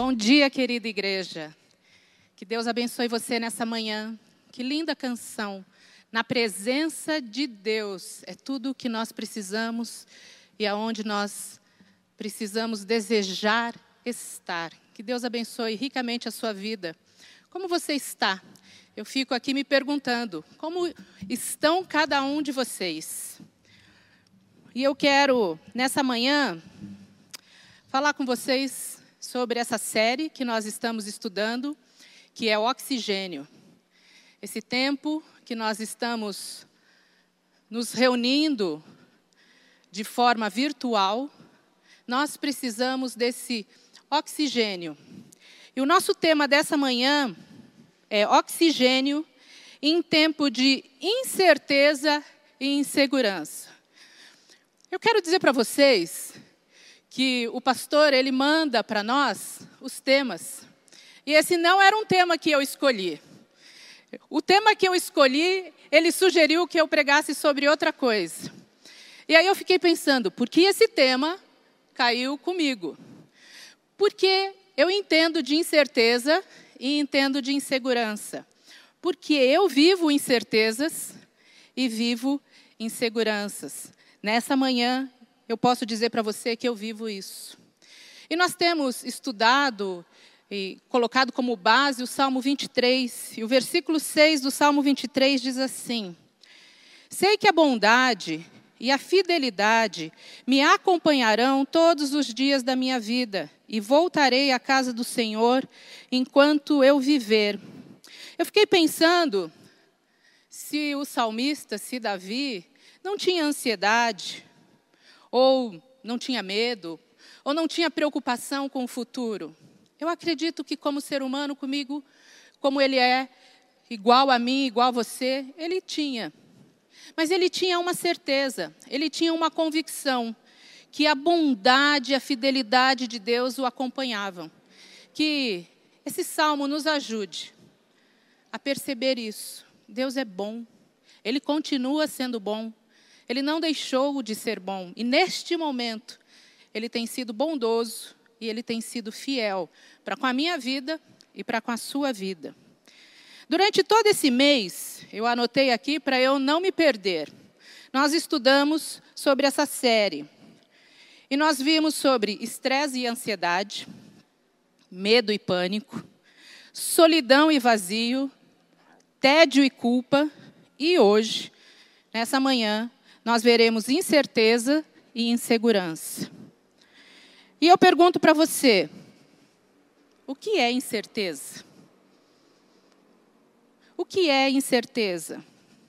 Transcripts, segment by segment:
Bom dia, querida igreja. Que Deus abençoe você nessa manhã. Que linda canção. Na presença de Deus é tudo o que nós precisamos e aonde nós precisamos desejar estar. Que Deus abençoe ricamente a sua vida. Como você está? Eu fico aqui me perguntando, como estão cada um de vocês? E eu quero, nessa manhã, falar com vocês sobre essa série que nós estamos estudando, que é Oxigênio. Esse tempo que nós estamos nos reunindo de forma virtual, nós precisamos desse oxigênio. E o nosso tema dessa manhã é oxigênio em tempo de incerteza e insegurança. Eu quero dizer para vocês que o pastor, ele manda para nós os temas. E esse não era um tema que eu escolhi. O tema que eu escolhi, ele sugeriu que eu pregasse sobre outra coisa. E aí eu fiquei pensando, por que esse tema caiu comigo? Porque eu entendo de incerteza e entendo de insegurança. Porque eu vivo incertezas e vivo inseguranças. Nessa manhã, eu posso dizer para você que eu vivo isso. E nós temos estudado e colocado como base o Salmo 23. E o versículo 6 do Salmo 23 diz assim: sei que a bondade e a fidelidade me acompanharão todos os dias da minha vida, e voltarei à casa do Senhor enquanto eu viver. Eu fiquei pensando se o salmista, se Davi, não tinha ansiedade, ou não tinha medo, ou não tinha preocupação com o futuro. Eu acredito que como ser humano, comigo, como ele é igual a mim, igual a você, ele tinha. Mas ele tinha uma certeza, ele tinha uma convicção, que a bondade e a fidelidade de Deus o acompanhavam. Que esse salmo nos ajude a perceber isso. Deus é bom, Ele continua sendo bom, Ele não deixou de ser bom. E neste momento, Ele tem sido bondoso e Ele tem sido fiel para com a minha vida e para com a sua vida. Durante todo esse mês, eu anotei aqui para eu não me perder. Nós estudamos sobre essa série. E nós vimos sobre estresse e ansiedade, medo e pânico, solidão e vazio, tédio e culpa. E hoje, nessa manhã, nós veremos incerteza e insegurança. E eu pergunto para você, o que é incerteza? O que é incerteza?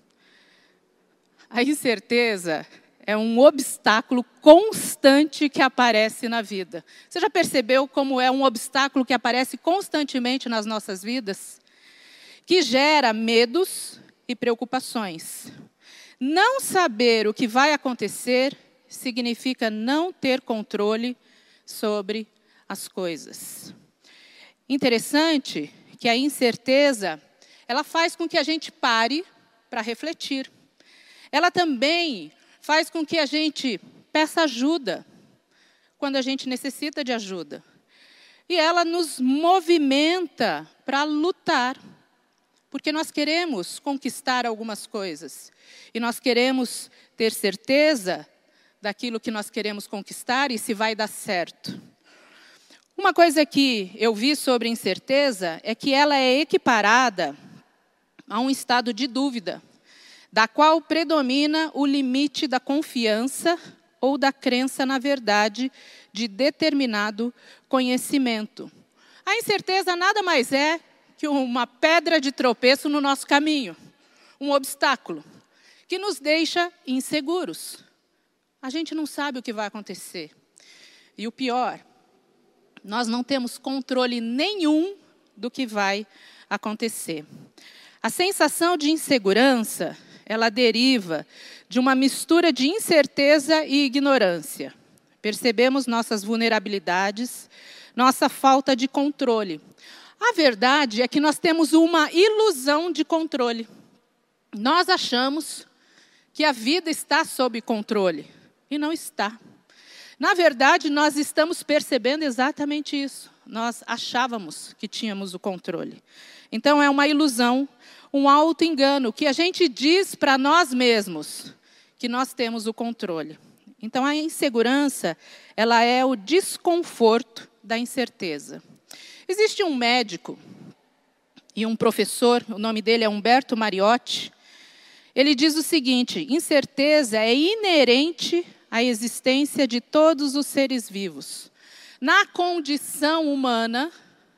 A incerteza é um obstáculo constante que aparece na vida. Você já percebeu como é um obstáculo que aparece constantemente nas nossas vidas? Que gera medos e preocupações. Não saber o que vai acontecer significa não ter controle sobre as coisas. Interessante que a incerteza, ela faz com que a gente pare para refletir. Ela também faz com que a gente peça ajuda quando a gente necessita de ajuda. E ela nos movimenta para lutar, porque nós queremos conquistar algumas coisas. E nós queremos ter certeza daquilo que nós queremos conquistar e se vai dar certo. Uma coisa que eu vi sobre incerteza é que ela é equiparada a um estado de dúvida, da qual predomina o limite da confiança ou da crença na verdade de determinado conhecimento. A incerteza nada mais é que uma pedra de tropeço no nosso caminho, um obstáculo, que nos deixa inseguros. A gente não sabe o que vai acontecer. E o pior, nós não temos controle nenhum do que vai acontecer. A sensação de insegurança, ela deriva de uma mistura de incerteza e ignorância. Percebemos nossas vulnerabilidades, nossa falta de controle. A verdade é que nós temos uma ilusão de controle. Nós achamos que a vida está sob controle, e não está. Na verdade, nós estamos percebendo exatamente isso. nós achávamos que tínhamos o controle. Então, é uma ilusão, um auto-engano, que a gente diz para nós mesmos que nós temos o controle. Então, a insegurança, ela é o desconforto da incerteza. Existe um médico e um professor, o nome dele é Humberto Mariotti. Ele diz o seguinte: incerteza é inerente à existência de todos os seres vivos. Na condição humana,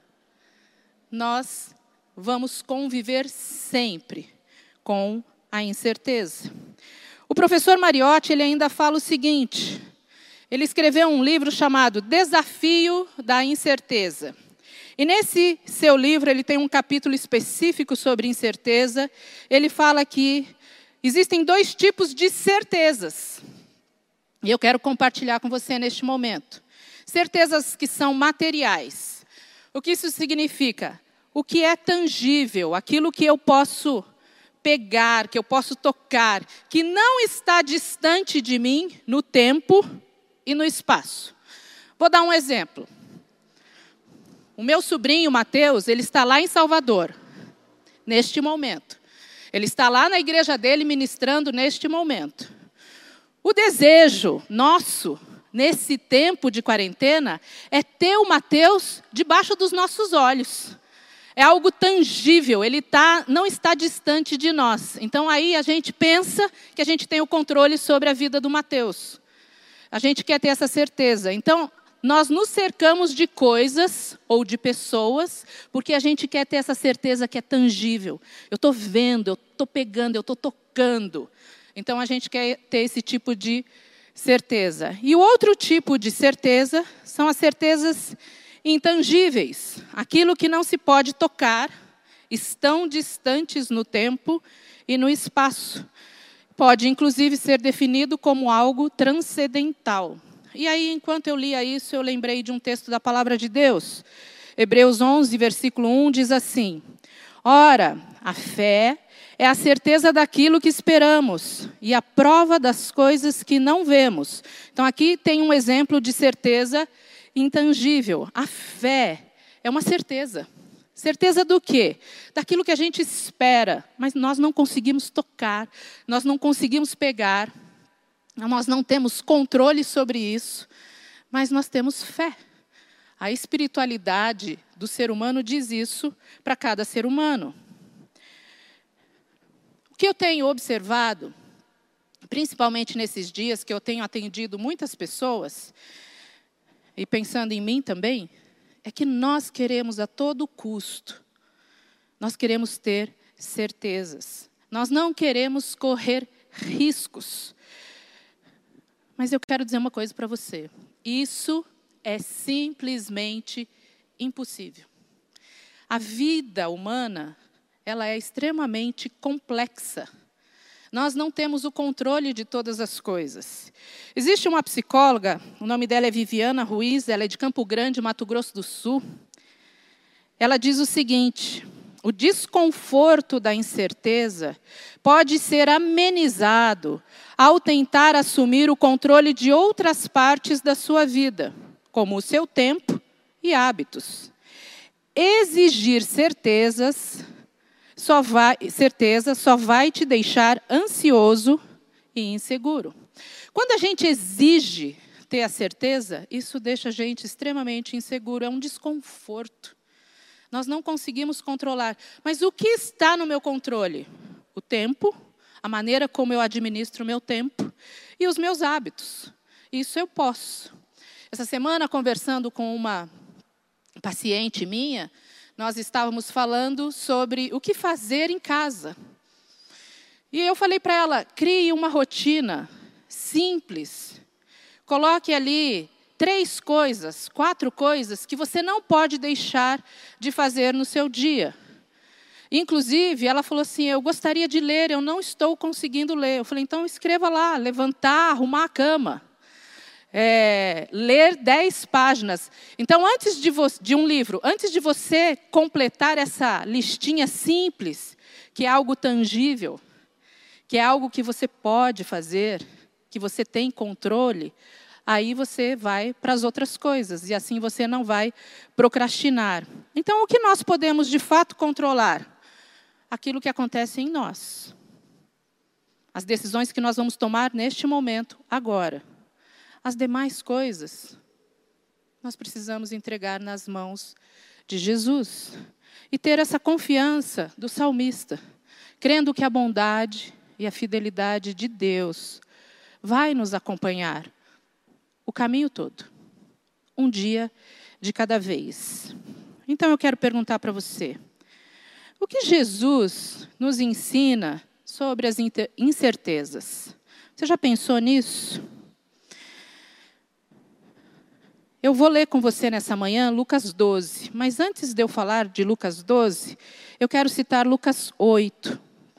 nós vamos conviver sempre com a incerteza. O professor Mariotti, ele ainda fala o seguinte: ele escreveu um livro chamado Desafio da Incerteza. E nesse seu livro, ele tem um capítulo específico sobre incerteza. Ele fala que existem 2 tipos de certezas. E eu quero compartilhar com você neste momento. Certezas que são materiais. O que isso significa? O que é tangível, aquilo que eu posso pegar, que eu posso tocar, que não está distante de mim no tempo e no espaço. Vou dar um exemplo. O meu sobrinho, Mateus, ele está lá em Salvador, neste momento. Ele está lá na igreja dele ministrando neste momento. O desejo nosso, nesse tempo de quarentena, é ter o Mateus debaixo dos nossos olhos. É algo tangível, ele não está distante de nós. Então, aí a gente pensa que a gente tem o controle sobre a vida do Mateus. A gente quer ter essa certeza. Então, nós nos cercamos de coisas ou de pessoas, porque a gente quer ter essa certeza que é tangível. Eu estou vendo, eu estou pegando, eu estou tocando. Então, a gente quer ter esse tipo de certeza. E o outro tipo de certeza são as certezas intangíveis. Aquilo que não se pode tocar, estão distantes no tempo e no espaço. Pode, inclusive, ser definido como algo transcendental. E aí, enquanto eu lia isso, eu lembrei de um texto da Palavra de Deus. Hebreus 11, versículo 1, diz assim: ora, a fé é a certeza daquilo que esperamos e a prova das coisas que não vemos. Então, aqui tem um exemplo de certeza intangível. A fé é uma certeza. Certeza do quê? Daquilo que a gente espera, mas nós não conseguimos tocar, nós não conseguimos pegar. Nós não temos controle sobre isso, mas nós temos fé. A espiritualidade do ser humano diz isso para cada ser humano. O que eu tenho observado, principalmente nesses dias que eu tenho atendido muitas pessoas, e pensando em mim também, é que nós queremos a todo custo, nós queremos ter certezas. Nós não queremos correr riscos. Mas eu quero dizer uma coisa para você. Isso é simplesmente impossível. A vida humana, ela é extremamente complexa. Nós não temos o controle de todas as coisas. Existe uma psicóloga, o nome dela é Viviana Ruiz, ela é de Campo Grande, Mato Grosso do Sul. Ela diz o seguinte: o desconforto da incerteza pode ser amenizado ao tentar assumir o controle de outras partes da sua vida, como o seu tempo e hábitos. Exigir certeza só vai te deixar ansioso e inseguro. Quando a gente exige ter a certeza, isso deixa a gente extremamente inseguro, é um desconforto. Nós não conseguimos controlar. Mas o que está no meu controle? O tempo, a maneira como eu administro o meu tempo e os meus hábitos. Isso eu posso. Essa semana, conversando com uma paciente minha, nós estávamos falando sobre o que fazer em casa. E eu falei para ela: crie uma rotina simples. Coloque ali 3 coisas, 4 coisas que você não pode deixar de fazer no seu dia. Inclusive, ela falou assim: eu gostaria de ler, eu não estou conseguindo ler. Eu falei: então escreva lá, levantar, arrumar a cama. Ler 10 páginas. Então, antes de um livro, antes de você completar essa listinha simples, que é algo tangível, que é algo que você pode fazer, que você tem controle, aí você vai para as outras coisas, e assim você não vai procrastinar. Então, o que nós podemos, de fato, controlar? Aquilo que acontece em nós. As decisões que nós vamos tomar neste momento, agora. As demais coisas, nós precisamos entregar nas mãos de Jesus. E ter essa confiança do salmista, crendo que a bondade e a fidelidade de Deus vai nos acompanhar o caminho todo, um dia de cada vez. Então eu quero perguntar para você, o que Jesus nos ensina sobre as incertezas? Você já pensou nisso? Eu vou ler com você nessa manhã Lucas 12, mas antes de eu falar de Lucas 12, eu quero citar Lucas 8.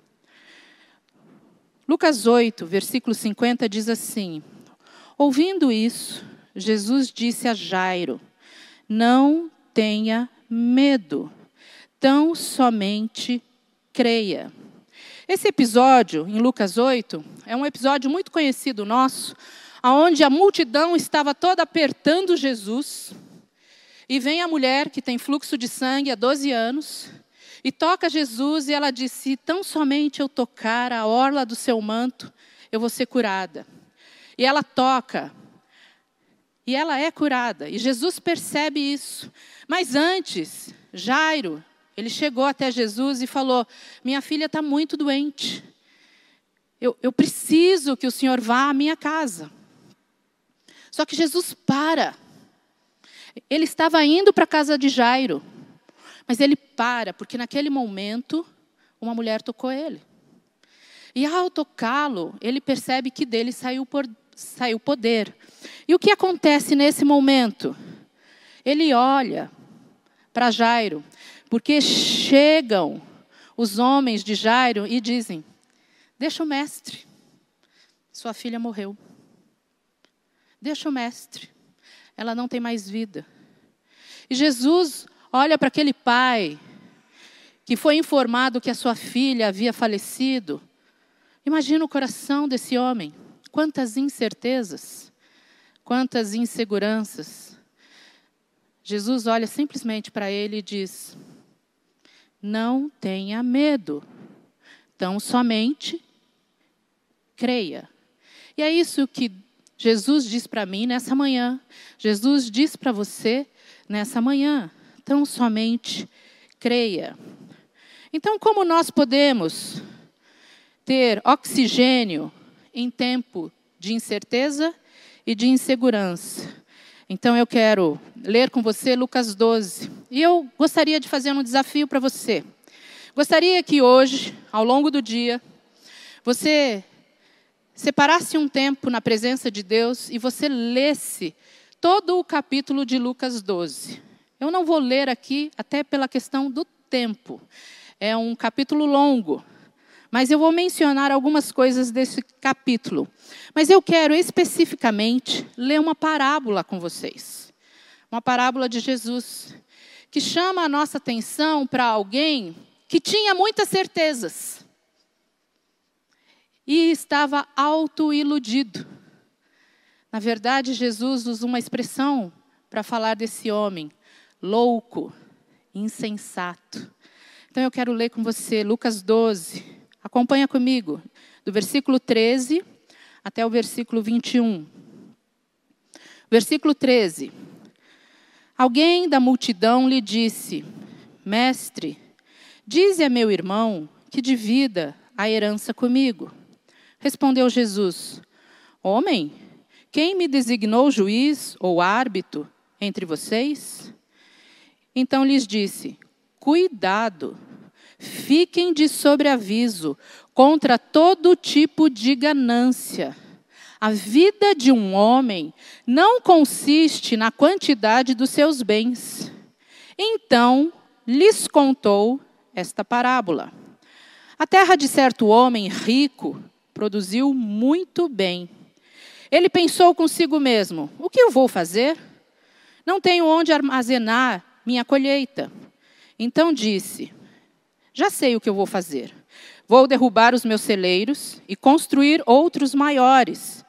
Lucas 8, versículo 50, diz assim: ouvindo isso, Jesus disse a Jairo: não tenha medo, tão somente creia. Esse episódio, em Lucas 8, é um episódio muito conhecido nosso, onde a multidão estava toda apertando Jesus, e vem a mulher que tem fluxo de sangue há 12 anos, e toca Jesus, e ela disse: se tão somente eu tocar a orla do seu manto, eu vou ser curada. E ela toca, e ela é curada, e Jesus percebe isso. Mas antes, Jairo, ele chegou até Jesus e falou: minha filha está muito doente, eu preciso que o senhor vá à minha casa. Só que Jesus para. Ele estava indo para a casa de Jairo, mas ele para, porque naquele momento, uma mulher tocou ele. E ao tocá-lo, ele percebe que dele saiu poder. E o que acontece nesse momento? Ele olha para Jairo, porque chegam os homens de Jairo e dizem: deixa o mestre, sua filha morreu. Deixa o mestre, ela não tem mais vida. E Jesus olha para aquele pai que foi informado que a sua filha havia falecido. Imagina o coração desse homem. Quantas incertezas, quantas inseguranças. Jesus olha simplesmente para ele e diz: não tenha medo, tão somente creia. E é isso que Jesus diz para mim nessa manhã. Jesus diz para você nessa manhã: tão somente creia. Então, como nós podemos ter oxigênio em tempo de incerteza e de insegurança? Então, eu quero ler com você Lucas 12. E eu gostaria de fazer um desafio para você. Gostaria que hoje, ao longo do dia, você separasse um tempo na presença de Deus e você lesse todo o capítulo de Lucas 12. Eu não vou ler aqui, até pela questão do tempo. É um capítulo longo, mas eu vou mencionar algumas coisas desse capítulo. Mas eu quero especificamente ler uma parábola com vocês. Uma parábola de Jesus, que chama a nossa atenção para alguém que tinha muitas certezas e estava autoiludido. Na verdade, Jesus usa uma expressão para falar desse homem: louco, insensato. Então eu quero ler com você Lucas 12. Acompanha comigo, do versículo 13 até o versículo 21. Versículo 13. Alguém da multidão lhe disse: mestre, dize a meu irmão que divida a herança comigo. Respondeu Jesus: homem, quem me designou juiz ou árbitro entre vocês? Então lhes disse: cuidado, fiquem de sobreaviso contra todo tipo de ganância. A vida de um homem não consiste na quantidade dos seus bens. Então lhes contou esta parábola. A terra de certo homem rico produziu muito bem. Ele pensou consigo mesmo: o que eu vou fazer? Não tenho onde armazenar minha colheita. Então disse: já sei o que eu vou fazer. Vou derrubar os meus celeiros e construir outros maiores.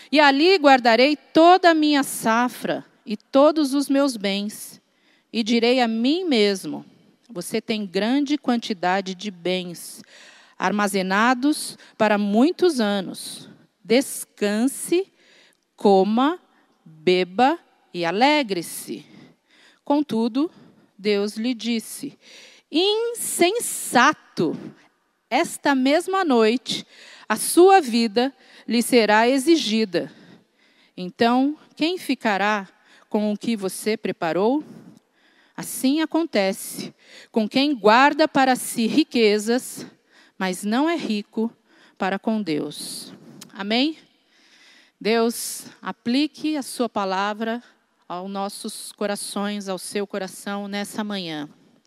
E ali guardarei toda a minha safra e todos os meus bens. E direi a mim mesmo: você tem grande quantidade de bens, armazenados para muitos anos. Descanse, coma, beba e alegre-se. Contudo, Deus lhe disse: insensato, esta mesma noite a sua vida lhe será exigida. Então, quem ficará com o que você preparou? Assim acontece com quem guarda para si riquezas, mas não é rico para com Deus. Amém? Deus, aplique a sua palavra aos nossos corações, ao seu coração nessa manhã.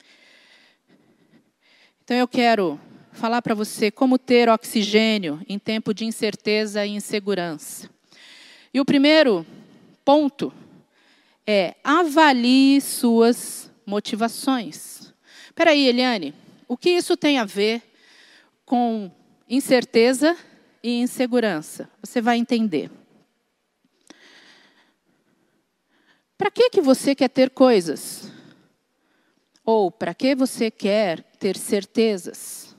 Então eu quero falar para você como ter oxigênio em tempo de incerteza e insegurança. E o primeiro ponto é: avalie suas motivações. Espera aí, Eliane, o que isso tem a ver com incerteza e insegurança? Você vai entender. Para que você quer ter coisas? Ou para que você quer ter certezas?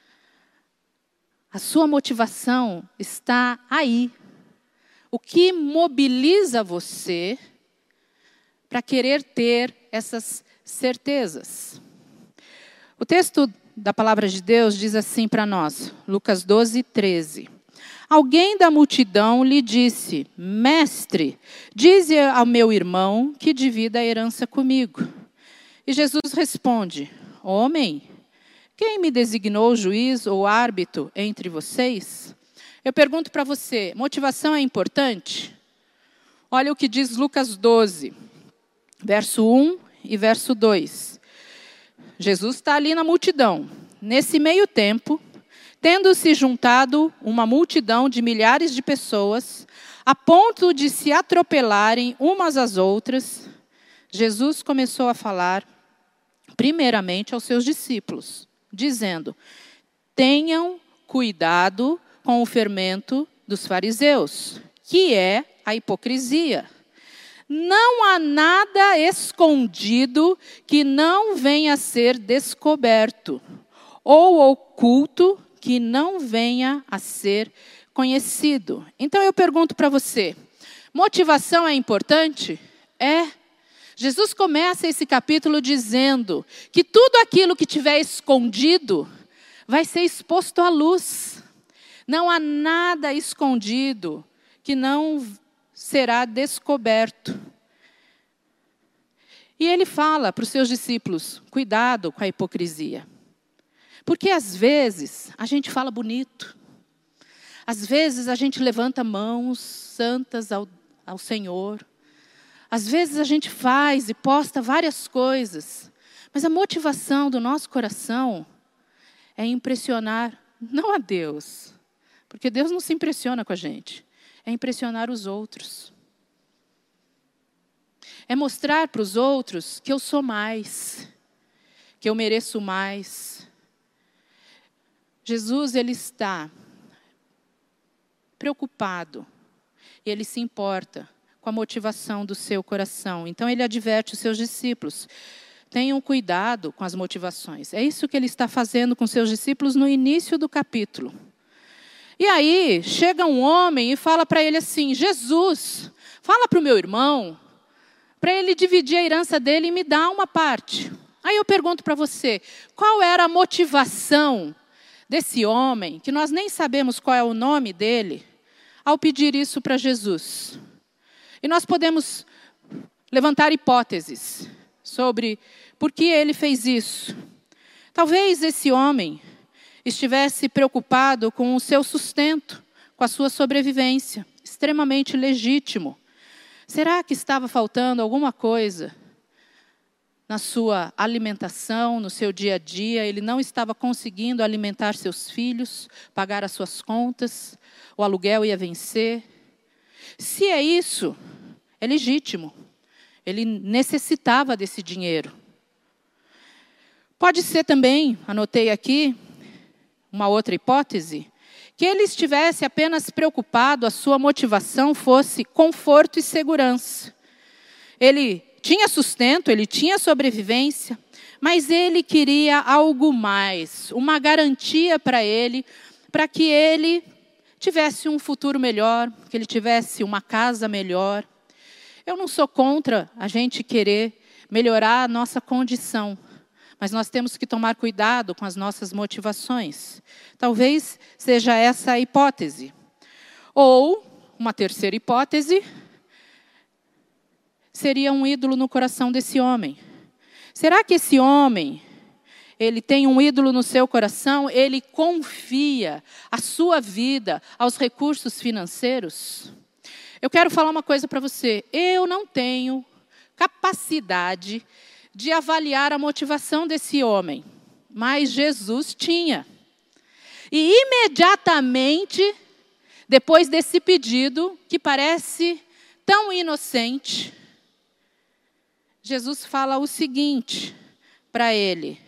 A sua motivação está aí. O que mobiliza você para querer ter essas certezas? O texto da palavra de Deus diz assim para nós, Lucas 12, 13. Alguém da multidão lhe disse: mestre, dize ao meu irmão que divida a herança comigo. E Jesus responde: homem, quem me designou juiz ou árbitro entre vocês? Eu pergunto para você, motivação é importante? Olha o que diz Lucas 12, verso 1 e verso 2. Jesus está ali na multidão. Nesse meio tempo, tendo se juntado uma multidão de milhares de pessoas, a ponto de se atropelarem umas às outras, Jesus começou a falar primeiramente aos seus discípulos, dizendo: tenham cuidado com o fermento dos fariseus, que é a hipocrisia. Não há nada escondido que não venha a ser descoberto, ou oculto que não venha a ser conhecido. Então eu pergunto para você, motivação é importante? É. Jesus começa esse capítulo dizendo que tudo aquilo que tiver escondido vai ser exposto à luz. Não há nada escondido que não será descoberto. E ele fala para os seus discípulos: cuidado com a hipocrisia. Porque às vezes a gente fala bonito. Às vezes a gente levanta mãos santas ao Senhor. Às vezes a gente faz e posta várias coisas. Mas a motivação do nosso coração é impressionar, não a Deus. Porque Deus não se impressiona com a gente. É impressionar os outros. É mostrar para os outros que eu sou mais. Que eu mereço mais. Jesus, ele está preocupado. E ele se importa com a motivação do seu coração. Então ele adverte os seus discípulos: tenham cuidado com as motivações. É isso que ele está fazendo com seus discípulos no início do capítulo. E aí, chega um homem e fala para ele assim: Jesus, fala para o meu irmão, para ele dividir a herança dele e me dar uma parte. Aí eu pergunto para você, qual era a motivação desse homem, que nós nem sabemos qual é o nome dele, ao pedir isso para Jesus? E nós podemos levantar hipóteses sobre por que ele fez isso. Talvez esse homem estivesse preocupado com o seu sustento, com a sua sobrevivência, extremamente legítimo. Será que estava faltando alguma coisa na sua alimentação, no seu dia a dia? Ele não estava conseguindo alimentar seus filhos, pagar as suas contas, o aluguel ia vencer. Se é isso, é legítimo. Ele necessitava desse dinheiro. Pode ser também, anotei aqui, uma outra hipótese, que ele estivesse apenas preocupado, a sua motivação fosse conforto e segurança. Ele tinha sustento, ele tinha sobrevivência, mas ele queria algo mais, uma garantia para ele, para que ele tivesse um futuro melhor, que ele tivesse uma casa melhor. Eu não sou contra a gente querer melhorar a nossa condição, mas nós temos que tomar cuidado com as nossas motivações. Talvez seja essa a hipótese. Ou, uma terceira hipótese, seria um ídolo no coração desse homem. Será que esse homem, ele tem um ídolo no seu coração? Ele confia a sua vida aos recursos financeiros? Eu quero falar uma coisa para você. Eu não tenho capacidade de avaliar a motivação desse homem, mas Jesus tinha. E imediatamente, depois desse pedido, que parece tão inocente, Jesus fala o seguinte para ele,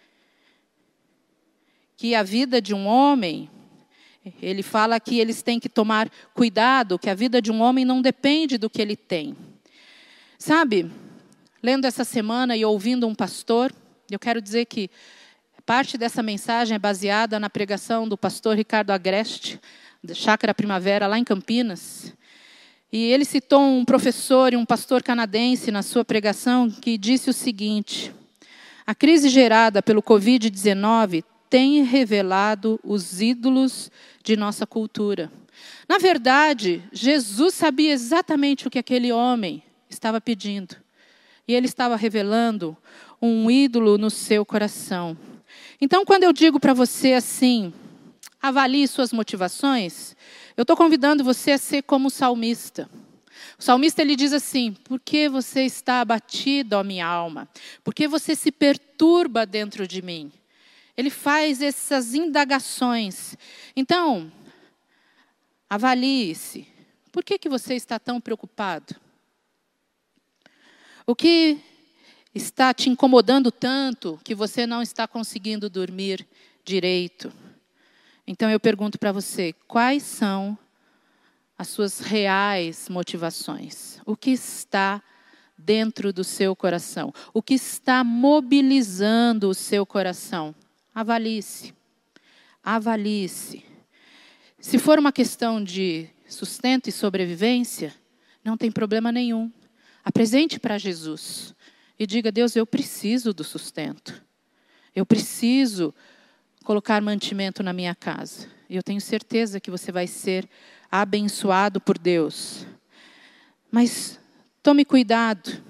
que a vida de um homem, ele fala que eles têm que tomar cuidado, que a vida de um homem não depende do que ele tem. Sabe, lendo essa semana e ouvindo um pastor, eu quero dizer que parte dessa mensagem é baseada na pregação do pastor Ricardo Agreste, da Chácara Primavera, lá em Campinas. E ele citou um professor e um pastor canadense na sua pregação que disse o seguinte: a crise gerada pelo Covid-19 tem revelado os ídolos de nossa cultura. Na verdade, Jesus sabia exatamente o que aquele homem estava pedindo. E ele estava revelando um ídolo no seu coração. Então, quando eu digo para você assim, avalie suas motivações, eu estou convidando você a ser como o salmista. O salmista, ele diz assim: por que você está abatido, ó minha alma? Por que você se perturba dentro de mim? Ele faz essas indagações. Então, avalie-se. Por que você está tão preocupado? O que está te incomodando tanto que você não está conseguindo dormir direito? Então eu pergunto para você, quais são as suas reais motivações? O que está dentro do seu coração? O que está mobilizando o seu coração? Avalie-se. Avalie-se. Se for uma questão de sustento e sobrevivência, não tem problema nenhum. Apresente para Jesus e diga: Deus, eu preciso do sustento. Eu preciso colocar mantimento na minha casa. E eu tenho certeza que você vai ser abençoado por Deus. Mas tome cuidado.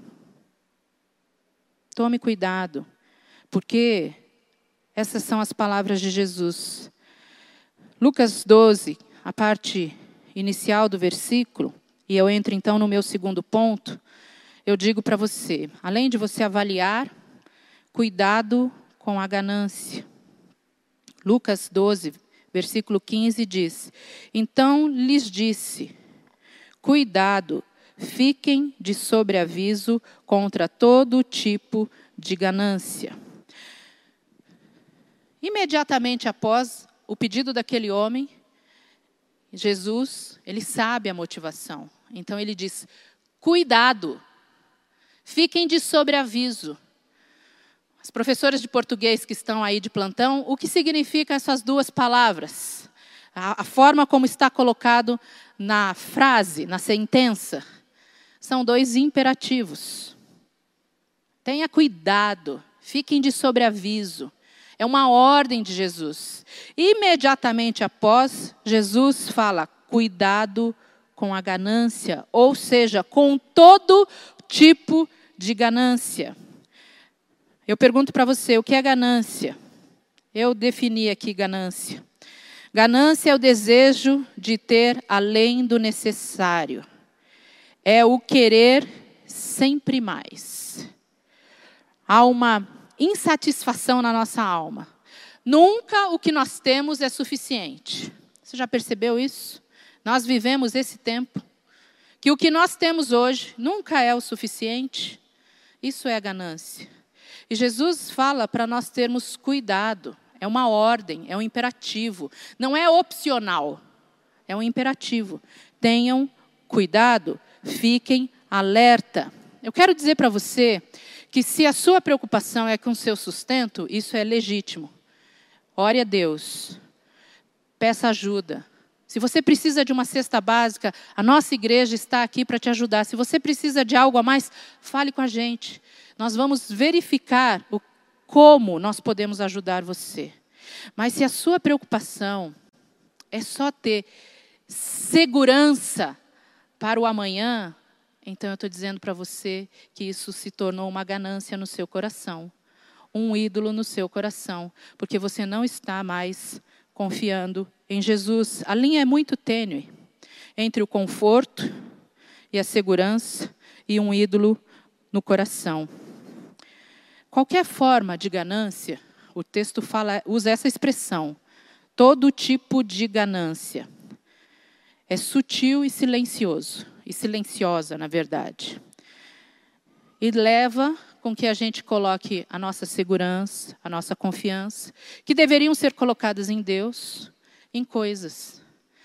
Tome cuidado. Porque essas são as palavras de Jesus. Lucas 12, a parte inicial do versículo, e eu entro então no meu segundo ponto, eu digo para você, além de você avaliar, cuidado com a ganância. Lucas 12, versículo 15 diz: então lhes disse, cuidado, fiquem de sobreaviso contra todo tipo de ganância. Imediatamente após o pedido daquele homem, Jesus, ele sabe a motivação. Então ele diz, cuidado, fiquem de sobreaviso. As professoras de português que estão aí de plantão, o que significam essas duas palavras? A forma como está colocado na frase, na sentença, são dois imperativos. Tenha cuidado, fiquem de sobreaviso. É uma ordem de Jesus. Imediatamente após, Jesus fala, cuidado com a ganância, ou seja, com todo tipo de ganância. Eu pergunto para você, o que é ganância? Eu defini aqui ganância. Ganância é o desejo de ter além do necessário. É o querer sempre mais. Há uma insatisfação na nossa alma. Nunca o que nós temos é suficiente. Você já percebeu isso? Nós vivemos esse tempo que o que nós temos hoje nunca é o suficiente. Isso é a ganância. E Jesus fala para nós termos cuidado. é uma ordem, é um imperativo. Não é opcional, é um imperativo. Tenham cuidado, fiquem alerta. Eu quero dizer para você que se a sua preocupação é com o seu sustento, isso é legítimo. Ore a Deus, peça ajuda. Se você precisa de uma cesta básica, a nossa igreja está aqui para te ajudar. Se você precisa de algo a mais, fale com a gente. Nós vamos verificar como nós podemos ajudar você. Mas se a sua preocupação é só ter segurança para o amanhã, então eu estou dizendo para você que isso se tornou uma ganância no seu coração, um ídolo no seu coração, porque você não está mais confiando em Jesus. A linha é muito tênue entre o conforto e a segurança e um ídolo no coração. Qualquer forma de ganância, o texto usa essa expressão, todo tipo de ganância. É sutil e silencioso, e silenciosa, na verdade. E leva com que a gente coloque a nossa segurança, a nossa confiança, que deveriam ser colocadas em Deus, em coisas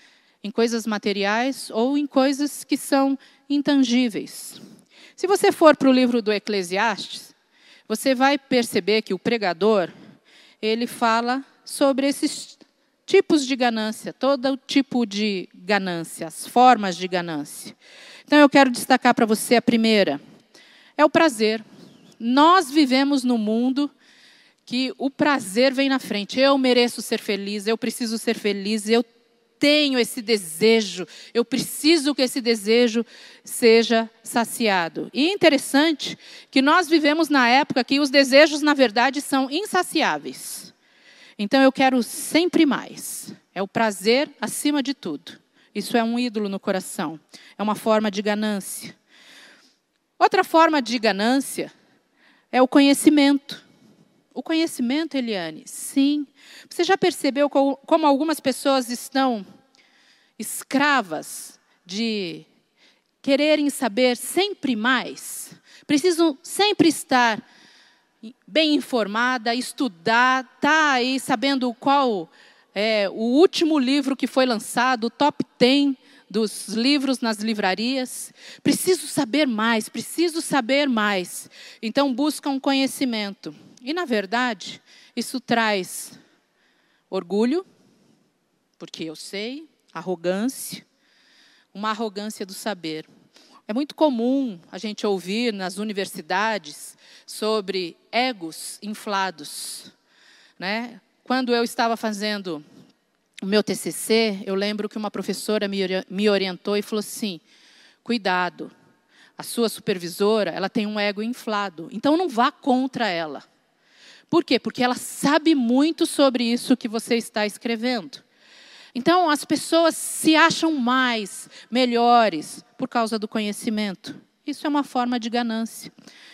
materiais ou em coisas que são intangíveis. Se você for para o livro do Eclesiastes, você vai perceber que o pregador, ele fala sobre esses tipos de ganância, todo tipo de ganância, as formas de ganância. Então, eu quero destacar para você a primeira. É o prazer. Nós vivemos num mundo que o prazer vem na frente. Eu mereço ser feliz, eu preciso ser feliz, eu tenho esse desejo, eu preciso que esse desejo seja saciado. E é interessante que nós vivemos na época que os desejos, na verdade, são insaciáveis. Então, eu quero sempre mais. É o prazer acima de tudo. Isso é um ídolo no coração. É uma forma de ganância. Outra forma de ganância é o conhecimento. O conhecimento, Eliane, sim. Você já percebeu como algumas pessoas estão escravas de quererem saber sempre mais? Precisam sempre estar bem informada, estudar, tá aí sabendo qual é o último livro que foi lançado, o top 10 dos livros nas livrarias. Preciso saber mais, preciso saber mais. Então buscam conhecimento. E, na verdade, isso traz orgulho, porque eu sei, arrogância, uma arrogância do saber. É muito comum a gente ouvir nas universidades sobre egos inflados, né? Quando eu estava fazendo o meu TCC, eu lembro que uma professora me orientou e falou assim: cuidado, a sua supervisora, ela tem um ego inflado, então não vá contra ela. Por quê? Porque ela sabe muito sobre isso que você está escrevendo. Então, as pessoas se acham mais, melhores, por causa do conhecimento. Isso é uma forma de ganância.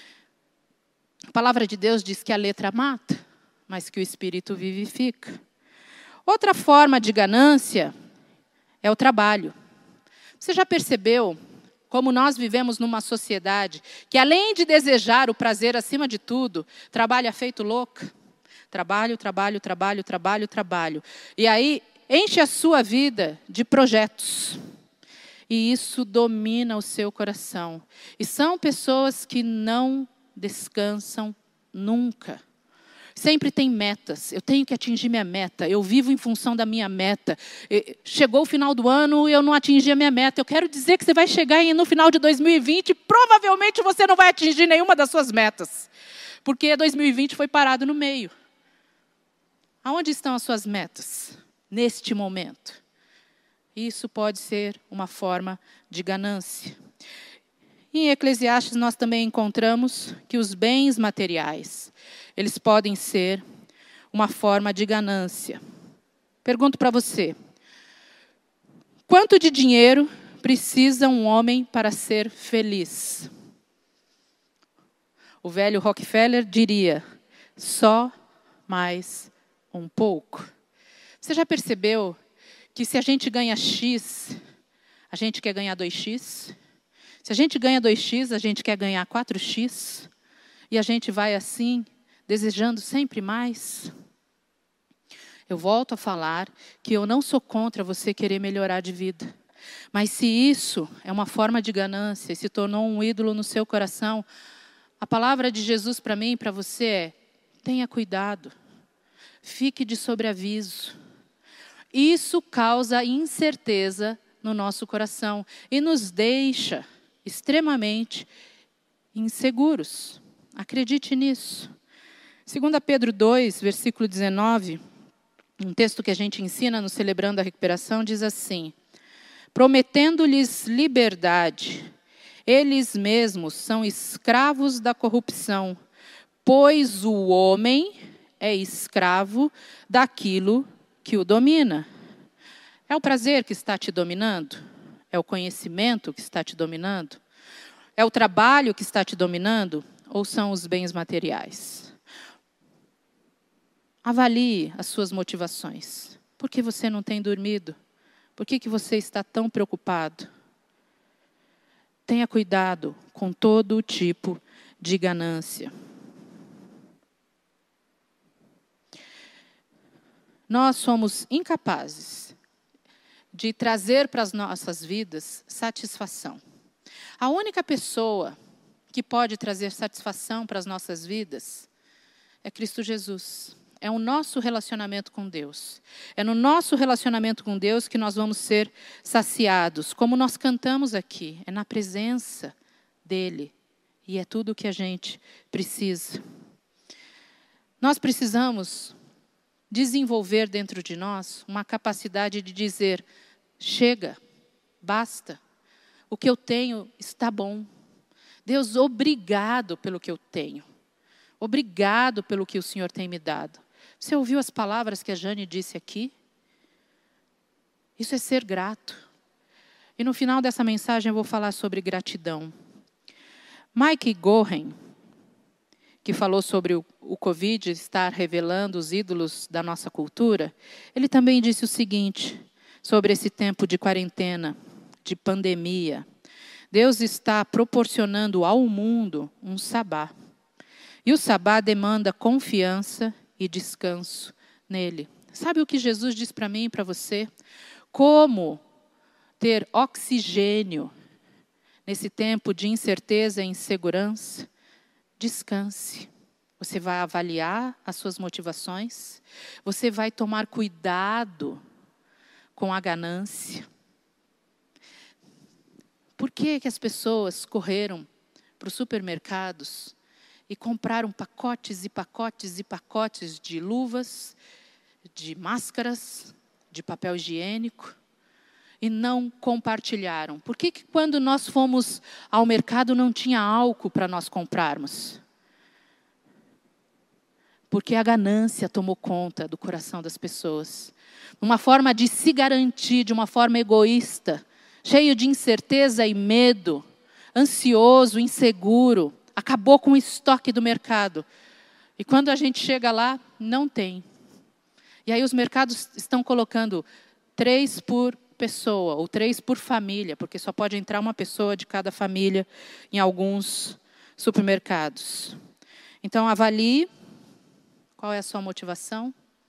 A palavra de Deus diz que a letra mata, mas que o espírito vivifica. Outra forma de ganância é o trabalho. Você já percebeu como nós vivemos numa sociedade que, além de desejar o prazer acima de tudo, trabalha feito louca? Trabalho, trabalho, trabalho, trabalho, trabalho. E aí enche a sua vida de projetos. E isso domina o seu coração. E são pessoas que não descansam nunca. Sempre tem metas. Eu tenho que atingir minha meta. Eu vivo em função da minha meta. Chegou o final do ano e eu não atingi a minha meta. Eu quero dizer que você vai chegar no final de 2020 e provavelmente você não vai atingir nenhuma das suas metas. Porque 2020 foi parado no meio. Aonde estão as suas metas neste momento? Isso pode ser uma forma de ganância. Em Eclesiastes nós também encontramos que os bens materiais, eles podem ser uma forma de ganância. Pergunto para você: quanto de dinheiro precisa um homem para ser feliz? O velho Rockefeller diria: só mais um pouco. Você já percebeu que se a gente ganha X, a gente quer ganhar 2X? Se a gente ganha 2X, a gente quer ganhar 4X? E a gente vai assim, desejando sempre mais? Eu volto a falar que eu não sou contra você querer melhorar de vida. Mas se isso é uma forma de ganância e se tornou um ídolo no seu coração, a palavra de Jesus para mim e para você é: tenha cuidado, fique de sobreaviso. Isso causa incerteza no nosso coração e nos deixa extremamente inseguros. Acredite nisso. 2 Pedro 2, versículo 19, um texto que a gente ensina no Celebrando a Recuperação, diz assim: prometendo-lhes liberdade, eles mesmos são escravos da corrupção, pois o homem é escravo daquilo que o domina. É o prazer que está te dominando? É o conhecimento que está te dominando? É o trabalho que está te dominando? Ou são os bens materiais? Avalie as suas motivações. Por que você não tem dormido? Por que você está tão preocupado? Tenha cuidado com todo tipo de ganância. Nós somos incapazes de trazer para as nossas vidas satisfação. A única pessoa que pode trazer satisfação para as nossas vidas é Cristo Jesus. É o nosso relacionamento com Deus. É no nosso relacionamento com Deus que nós vamos ser saciados. Como nós cantamos aqui, é na presença dEle. E é tudo o que a gente precisa. Nós precisamos desenvolver dentro de nós uma capacidade de dizer: chega, basta. O que eu tenho está bom. Deus, obrigado pelo que eu tenho. Obrigado pelo que o Senhor tem me dado. Você ouviu as palavras que a Jane disse aqui? Isso é ser grato. E no final dessa mensagem eu vou falar sobre gratidão. Mike Gohen, que falou sobre o Covid estar revelando os ídolos da nossa cultura, ele também disse o seguinte sobre esse tempo de quarentena, de pandemia. Deus está proporcionando ao mundo um sabá. E o sabá demanda confiança e descanso nele. Sabe o que Jesus diz para mim e para você? Como ter oxigênio nesse tempo de incerteza e insegurança? Descanse. Você vai avaliar as suas motivações. Você vai tomar cuidado com a ganância. Por que as pessoas correram para os supermercados e compraram pacotes e pacotes e pacotes de luvas, de máscaras, de papel higiênico, e não compartilharam? Por que quando nós fomos ao mercado não tinha álcool para nós comprarmos? Porque a ganância tomou conta do coração das pessoas. Uma forma de se garantir, de uma forma egoísta, cheio de incerteza e medo, ansioso, inseguro. Acabou com o estoque do mercado. E quando a gente chega lá, não tem. E aí os mercados estão colocando 3 por pessoa, ou 3 por família, porque só pode entrar uma pessoa de cada família em alguns supermercados. Então, avalie qual é a sua motivação.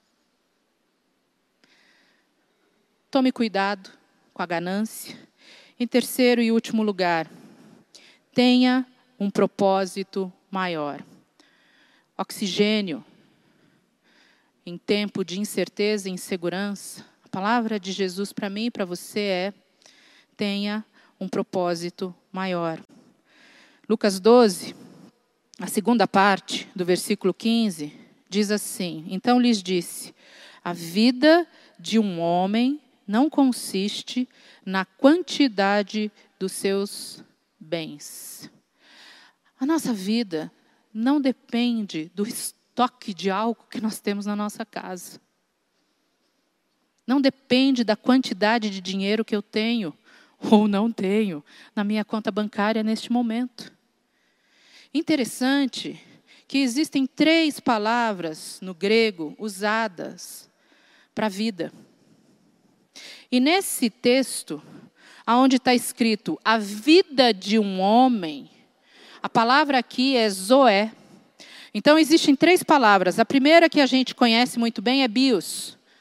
Tome cuidado com a ganância. Em terceiro e último lugar, tenha um propósito maior. Oxigênio em tempo de incerteza e insegurança. A palavra de Jesus para mim e para você é: tenha um propósito maior. Lucas 12, a segunda parte do versículo 15, diz assim: então lhes disse: a vida de um homem não consiste na quantidade dos seus bens. A nossa vida não depende do estoque de álcool que nós temos na nossa casa. Não depende da quantidade de dinheiro que eu tenho ou não tenho na minha conta bancária neste momento. Interessante que existem 3 palavras no grego usadas para vida. E nesse texto, onde está escrito a vida de um homem, a palavra aqui é zoé. Então existem 3 palavras. A primeira que a gente conhece muito bem é bios,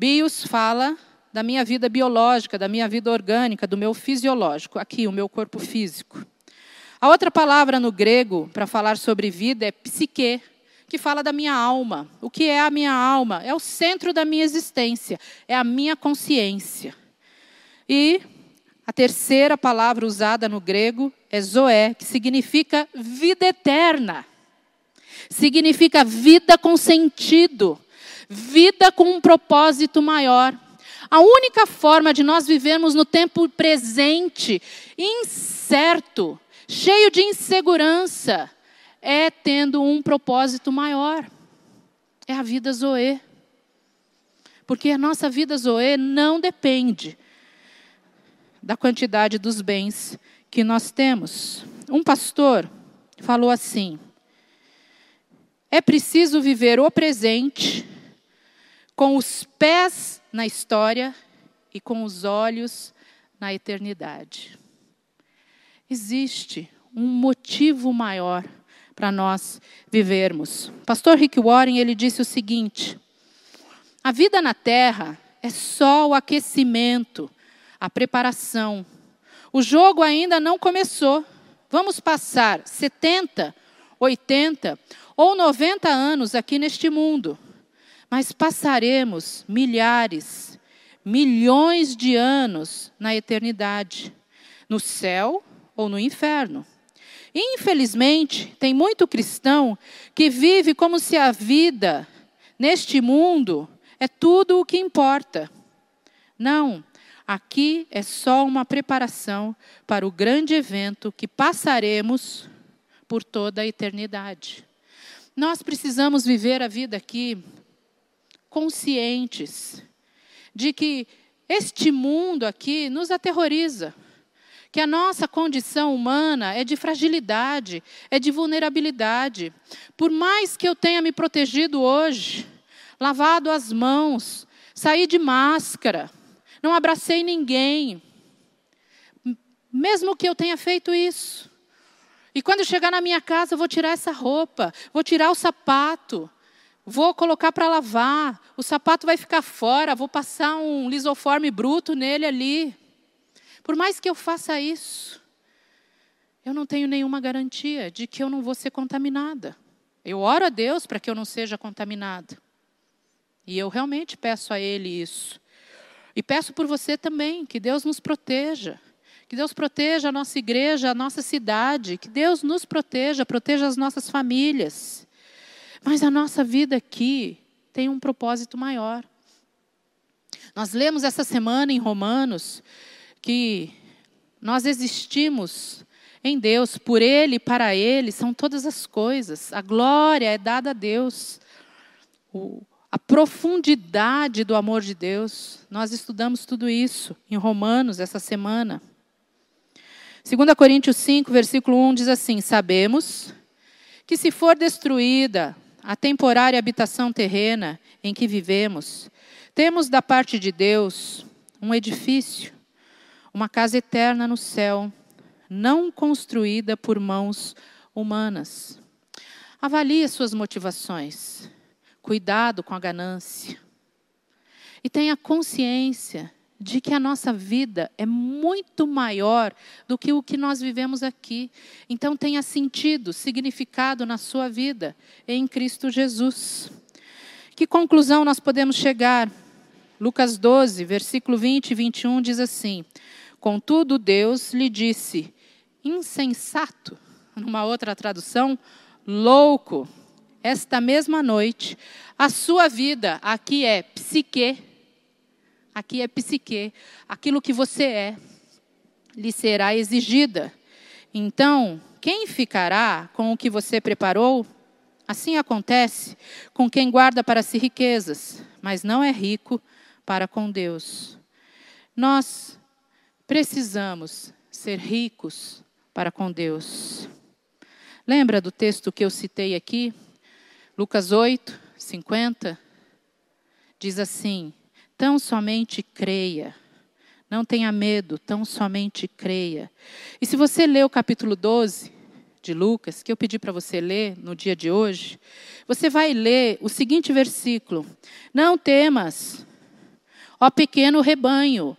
Bios fala da minha vida biológica, da minha vida orgânica, do meu fisiológico, aqui, o meu corpo físico. A outra palavra no grego para falar sobre vida é psique, que fala da minha alma. O que é a minha alma? É o centro da minha existência, é a minha consciência. E a terceira palavra usada no grego é zoé, que significa vida eterna. Significa vida com sentido, vida com um propósito maior. A única forma de nós vivermos no tempo presente, incerto, cheio de insegurança, é tendo um propósito maior. É a vida zoé. Porque a nossa vida zoé não depende da quantidade dos bens que nós temos. Um pastor falou assim: é preciso viver o presente com os pés na história e com os olhos na eternidade. Existe um motivo maior para nós vivermos. Pastor Rick Warren, ele disse o seguinte: a vida na Terra é só o aquecimento, a preparação. O jogo ainda não começou. Vamos passar 70, 80 ou 90 anos aqui neste mundo, mas passaremos milhares, milhões de anos na eternidade, no céu ou no inferno. Infelizmente, tem muito cristão que vive como se a vida neste mundo é tudo o que importa. Não, aqui é só uma preparação para o grande evento que passaremos por toda a eternidade. Nós precisamos viver a vida aqui conscientes de que este mundo aqui nos aterroriza. Que a nossa condição humana é de fragilidade, é de vulnerabilidade. Por mais que eu tenha me protegido hoje, lavado as mãos, saí de máscara, não abracei ninguém, mesmo que eu tenha feito isso. E quando eu chegar na minha casa, eu vou tirar essa roupa, vou tirar o sapato, vou colocar para lavar, o sapato vai ficar fora, vou passar um lisoforme bruto nele ali. Por mais que eu faça isso, eu não tenho nenhuma garantia de que eu não vou ser contaminada. Eu oro a Deus para que eu não seja contaminada. E eu realmente peço a Ele isso. E peço por você também, que Deus nos proteja. Que Deus proteja a nossa igreja, a nossa cidade. Que Deus nos proteja, proteja as nossas famílias. Mas a nossa vida aqui tem um propósito maior. Nós lemos essa semana em Romanos que nós existimos em Deus, por Ele e para Ele são todas as coisas. A glória é dada a Deus. A profundidade do amor de Deus. Nós estudamos tudo isso em Romanos essa semana. 2 Coríntios 5, versículo 1 diz assim: sabemos que se for destruída a temporária habitação terrena em que vivemos, temos da parte de Deus um edifício, uma casa eterna no céu, não construída por mãos humanas. Avalie as suas motivações. Cuidado com a ganância. E tenha consciência de que a nossa vida é muito maior do que o que nós vivemos aqui. Então tenha sentido, significado na sua vida em Cristo Jesus. Que conclusão nós podemos chegar? Lucas 12, versículo 20 e 21 diz assim: contudo, Deus lhe disse, insensato, numa outra tradução, louco, esta mesma noite, a sua vida, aqui é psique, aquilo que você é, lhe será exigida. Então, quem ficará com o que você preparou? Assim acontece com quem guarda para si riquezas, mas não é rico para com Deus. Nós precisamos ser ricos para com Deus. Lembra do texto que eu citei aqui? Lucas 8, 50. Diz assim: tão somente creia. Não tenha medo, tão somente creia. E se você ler o capítulo 12 de Lucas, que eu pedi para você ler no dia de hoje, você vai ler o seguinte versículo: não temas, Ó pequeno rebanho,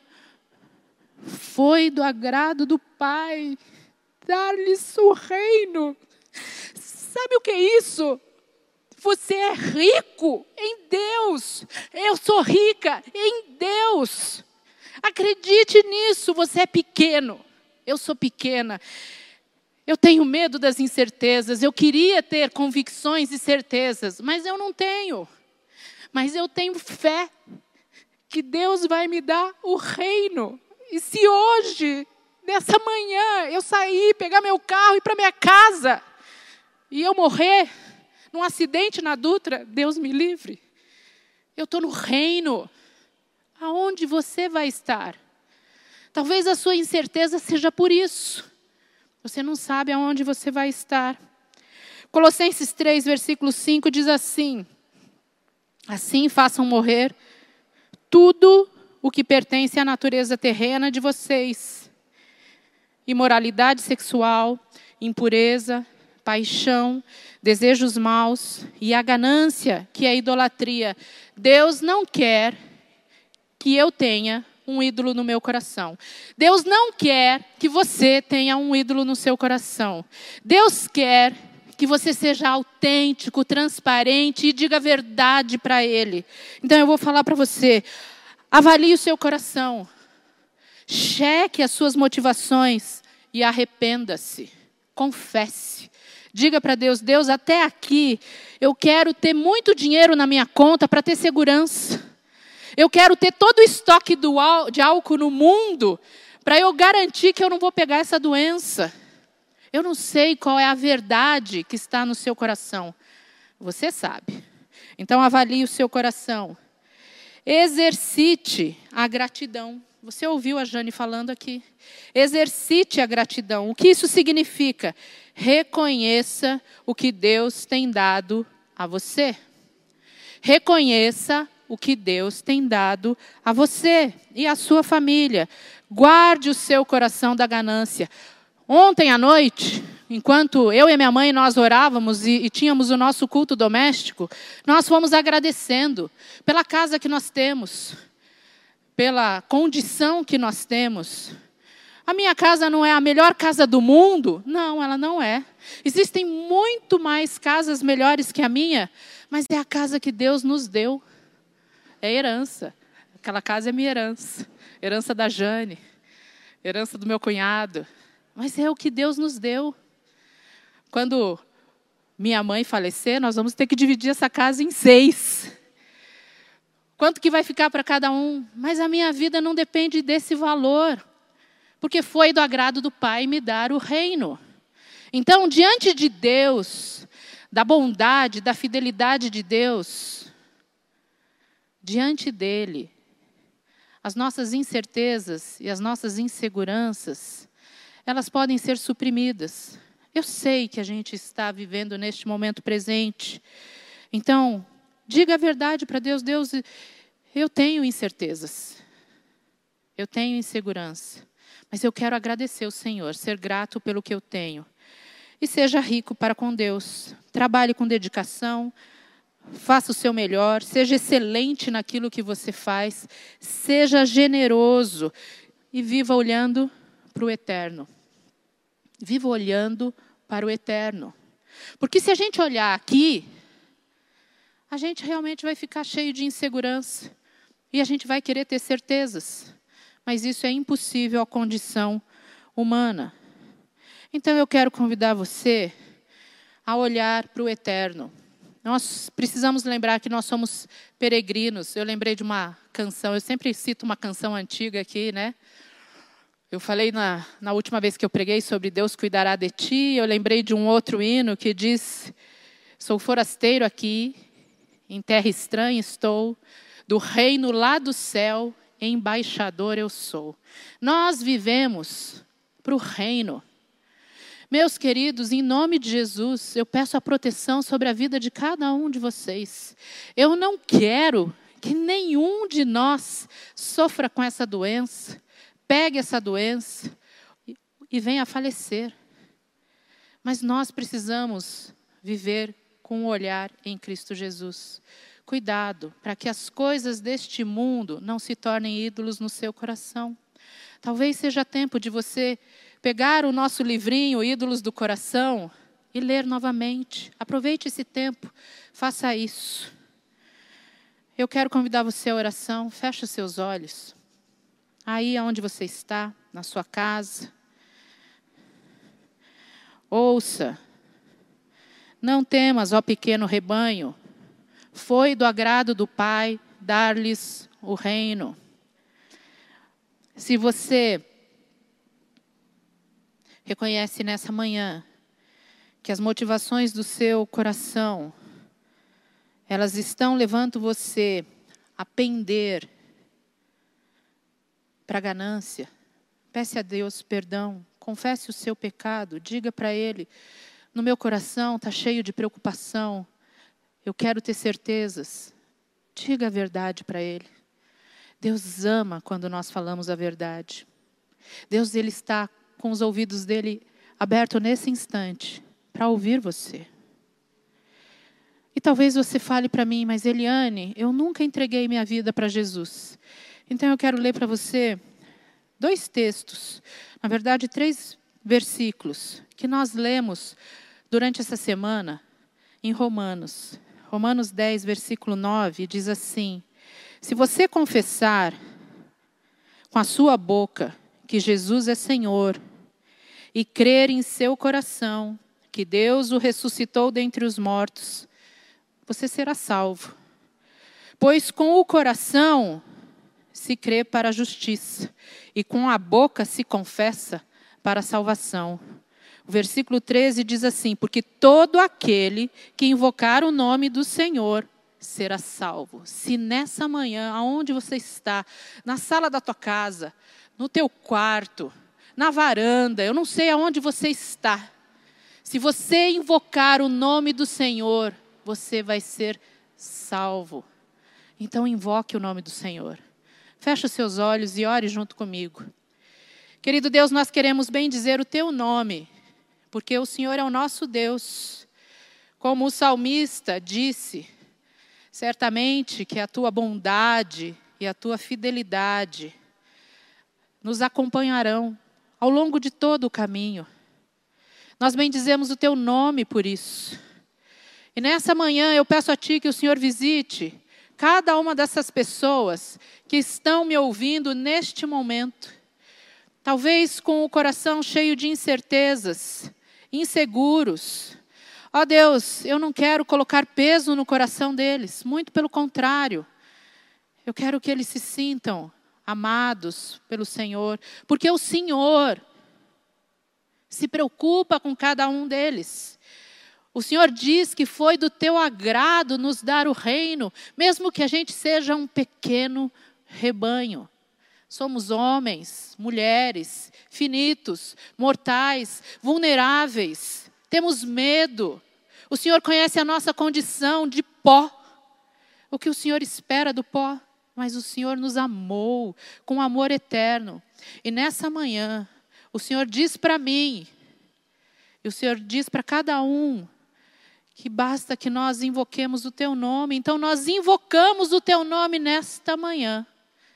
foi do agrado do Pai dar-lhes o reino. Sabe o que é isso? Você é rico em Deus. Eu sou rica em Deus. Acredite nisso, você é pequeno. Eu sou pequena. Eu tenho medo das incertezas. Eu queria ter convicções e certezas, mas eu não tenho. Mas eu tenho fé que Deus vai me dar o reino. E se hoje, nessa manhã, eu sair, pegar meu carro e ir para minha casa, e eu morrer num acidente na Dutra, Deus me livre. Eu estou no reino. Aonde você vai estar? Talvez a sua incerteza seja por isso. Você não sabe aonde você vai estar. Colossenses 3, versículo 5 diz assim: assim façam morrer tudo o que pertence à natureza terrena de vocês. Imoralidade sexual, impureza, paixão, desejos maus e a ganância, que é a idolatria. Deus não quer que eu tenha um ídolo no meu coração. Deus não quer que você tenha um ídolo no seu coração. Deus quer que você seja autêntico, transparente e diga a verdade para Ele. Então eu vou falar para você, avalie o seu coração, cheque as suas motivações e arrependa-se, confesse. Diga para Deus, Deus, até aqui eu quero ter muito dinheiro na minha conta para ter segurança. Eu quero ter todo o estoque de álcool no mundo para eu garantir que eu não vou pegar essa doença. Eu não sei qual é a verdade que está no seu coração. Você sabe. Então avalie o seu coração. Exercite a gratidão. Você ouviu a Jane falando aqui. Exercite a gratidão. O que isso significa? Reconheça o que Deus tem dado a você. Reconheça o que Deus tem dado a você e à sua família. Guarde o seu coração da ganância. Ontem à noite, enquanto eu e minha mãe nós orávamos e tínhamos o nosso culto doméstico, nós fomos agradecendo pela casa que nós temos, pela condição que nós temos. A minha casa não é a melhor casa do mundo? Não, ela não é. Existem muito mais casas melhores que a minha, mas é a casa que Deus nos deu. É herança. Aquela casa é minha herança. Herança da Jane. Herança do meu cunhado. Mas é o que Deus nos deu. Quando minha mãe falecer, nós vamos ter que dividir essa casa em 6. Quanto que vai ficar para cada um? Mas a minha vida não depende desse valor. Porque foi do agrado do Pai me dar o reino. Então, diante de Deus, da bondade, da fidelidade de Deus, diante dele, as nossas incertezas e as nossas inseguranças, elas podem ser suprimidas. Eu sei que a gente está vivendo neste momento presente. Então, diga a verdade para Deus. Deus, eu tenho incertezas. Eu tenho insegurança. Mas eu quero agradecer ao Senhor, ser grato pelo que eu tenho. E seja rico para com Deus. Trabalhe com dedicação. Faça o seu melhor, seja excelente naquilo que você faz, seja generoso e viva olhando para o eterno. Viva olhando para o eterno. Porque se a gente olhar aqui, a gente realmente vai ficar cheio de insegurança e a gente vai querer ter certezas. Mas isso é impossível à condição humana. Então eu quero convidar você a olhar para o eterno. Nós precisamos lembrar que nós somos peregrinos. Eu lembrei de uma canção, eu sempre cito uma canção antiga aqui, né? Eu falei na última vez que eu preguei sobre Deus cuidará de ti, eu lembrei de um outro hino que diz: sou forasteiro aqui, em terra estranha estou, do reino lá do céu, embaixador eu sou. Nós vivemos para o reino. Meus queridos, em nome de Jesus, eu peço a proteção sobre a vida de cada um de vocês. Eu não quero que nenhum de nós sofra com essa doença, pegue essa doença e venha a falecer. Mas nós precisamos viver com um olhar em Cristo Jesus, Cuidado, para que as coisas deste mundo não se tornem ídolos no seu coração. Talvez seja tempo de você pegar o nosso livrinho, Ídolos do Coração, e ler novamente. Aproveite esse tempo, faça isso. Eu quero convidar você à oração, feche os seus olhos. Aí onde você está, na sua casa. Ouça. Não temas, ó pequeno rebanho. Foi do agrado do Pai dar-lhes o reino. Se você reconhece nessa manhã que as motivações do seu coração, elas estão levando você a pender para a ganância, peça a Deus perdão, confesse o seu pecado, diga para Ele, no meu coração está cheio de preocupação, eu quero ter certezas, diga a verdade para Ele. Deus ama quando nós falamos a verdade. Deus, Ele está com os ouvidos dele abertos nesse instante para ouvir você. E talvez você fale para mim, mas Eliane, eu nunca entreguei minha vida para Jesus. Então eu quero ler para você 2 textos, na verdade 3 versículos, que nós lemos durante essa semana em Romanos. Romanos 10, versículo 9, diz assim: se você confessar com a sua boca que Jesus é Senhor e crer em seu coração que Deus o ressuscitou dentre os mortos, você será salvo. Pois com o coração se crê para a justiça e com a boca se confessa para a salvação. O versículo 13 diz assim: porque todo aquele que invocar o nome do Senhor será salvo. Se nessa manhã, aonde você está, na sala da tua casa, no teu quarto, na varanda, eu não sei aonde você está, se você invocar o nome do Senhor, você vai ser salvo. Então invoque o nome do Senhor. Feche os seus olhos e ore junto comigo. Querido Deus, nós queremos bendizer o teu nome, porque o Senhor é o nosso Deus. Como o salmista disse, certamente que a tua bondade e a tua fidelidade nos acompanharão ao longo de todo o caminho. Nós bendizemos o teu nome por isso. E nessa manhã eu peço a ti que o Senhor visite cada uma dessas pessoas que estão me ouvindo neste momento. Talvez com o coração cheio de incertezas, inseguros. Ó Deus, eu não quero colocar peso no coração deles, muito pelo contrário. Eu quero que eles se sintam amados pelo Senhor, porque o Senhor se preocupa com cada um deles. O Senhor diz que foi do teu agrado nos dar o reino, mesmo que a gente seja um pequeno rebanho. Somos homens, mulheres, finitos, mortais, vulneráveis. Temos medo. O Senhor conhece a nossa condição de pó. O que o Senhor espera do pó? Mas o Senhor nos amou com amor eterno. E nessa manhã, o Senhor diz para mim, e o Senhor diz para cada um, que basta que nós invoquemos o teu nome. Então nós invocamos o teu nome nesta manhã.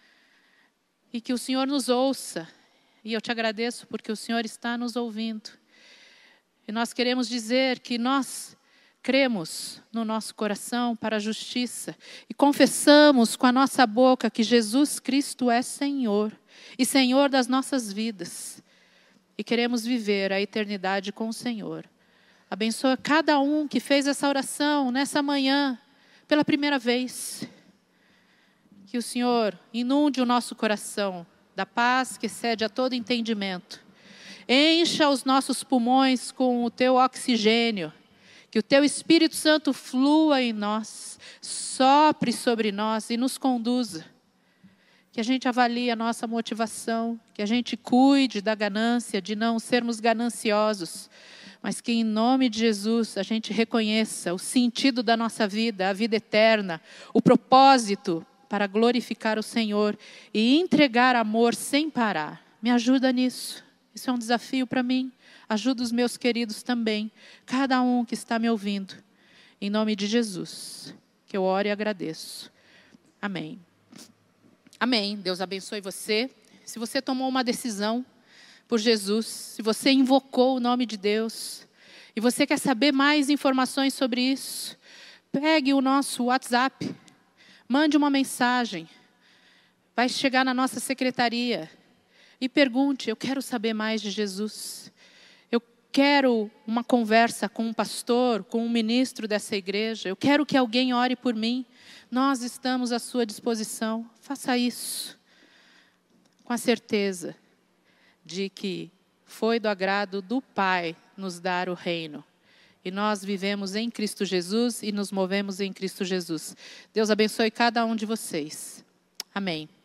E que o Senhor nos ouça. E eu te agradeço porque o Senhor está nos ouvindo. E nós queremos dizer que nós cremos no nosso coração para a justiça e confessamos com a nossa boca que Jesus Cristo é Senhor e Senhor das nossas vidas. E queremos viver a eternidade com o Senhor. Abençoa cada um que fez essa oração nessa manhã pela primeira vez. Que o Senhor inunde o nosso coração da paz que excede a todo entendimento. Encha os nossos pulmões com o teu oxigênio. Que o teu Espírito Santo flua em nós, sopre sobre nós e nos conduza. Que a gente avalie a nossa motivação, que a gente cuide da ganância, de não sermos gananciosos, mas que em nome de Jesus a gente reconheça o sentido da nossa vida, a vida eterna, o propósito para glorificar o Senhor e entregar amor sem parar. Me ajuda nisso. Isso é um desafio para mim. Ajuda os meus queridos também. Cada um que está me ouvindo. Em nome de Jesus. que eu oro e agradeço. Amém. Amém. Deus abençoe você. Se você tomou uma decisão por Jesus, se você invocou o nome de Deus, e você quer saber mais informações sobre isso, pegue o nosso WhatsApp, mande uma mensagem, vai chegar na nossa secretaria e pergunte: eu quero saber mais de Jesus. Eu quero uma conversa com um pastor, com um ministro dessa igreja. Eu quero que alguém ore por mim. Nós estamos à sua disposição. Faça isso com a certeza de que foi do agrado do Pai nos dar o reino. E nós vivemos em Cristo Jesus e nos movemos em Cristo Jesus. Deus abençoe cada um de vocês. Amém.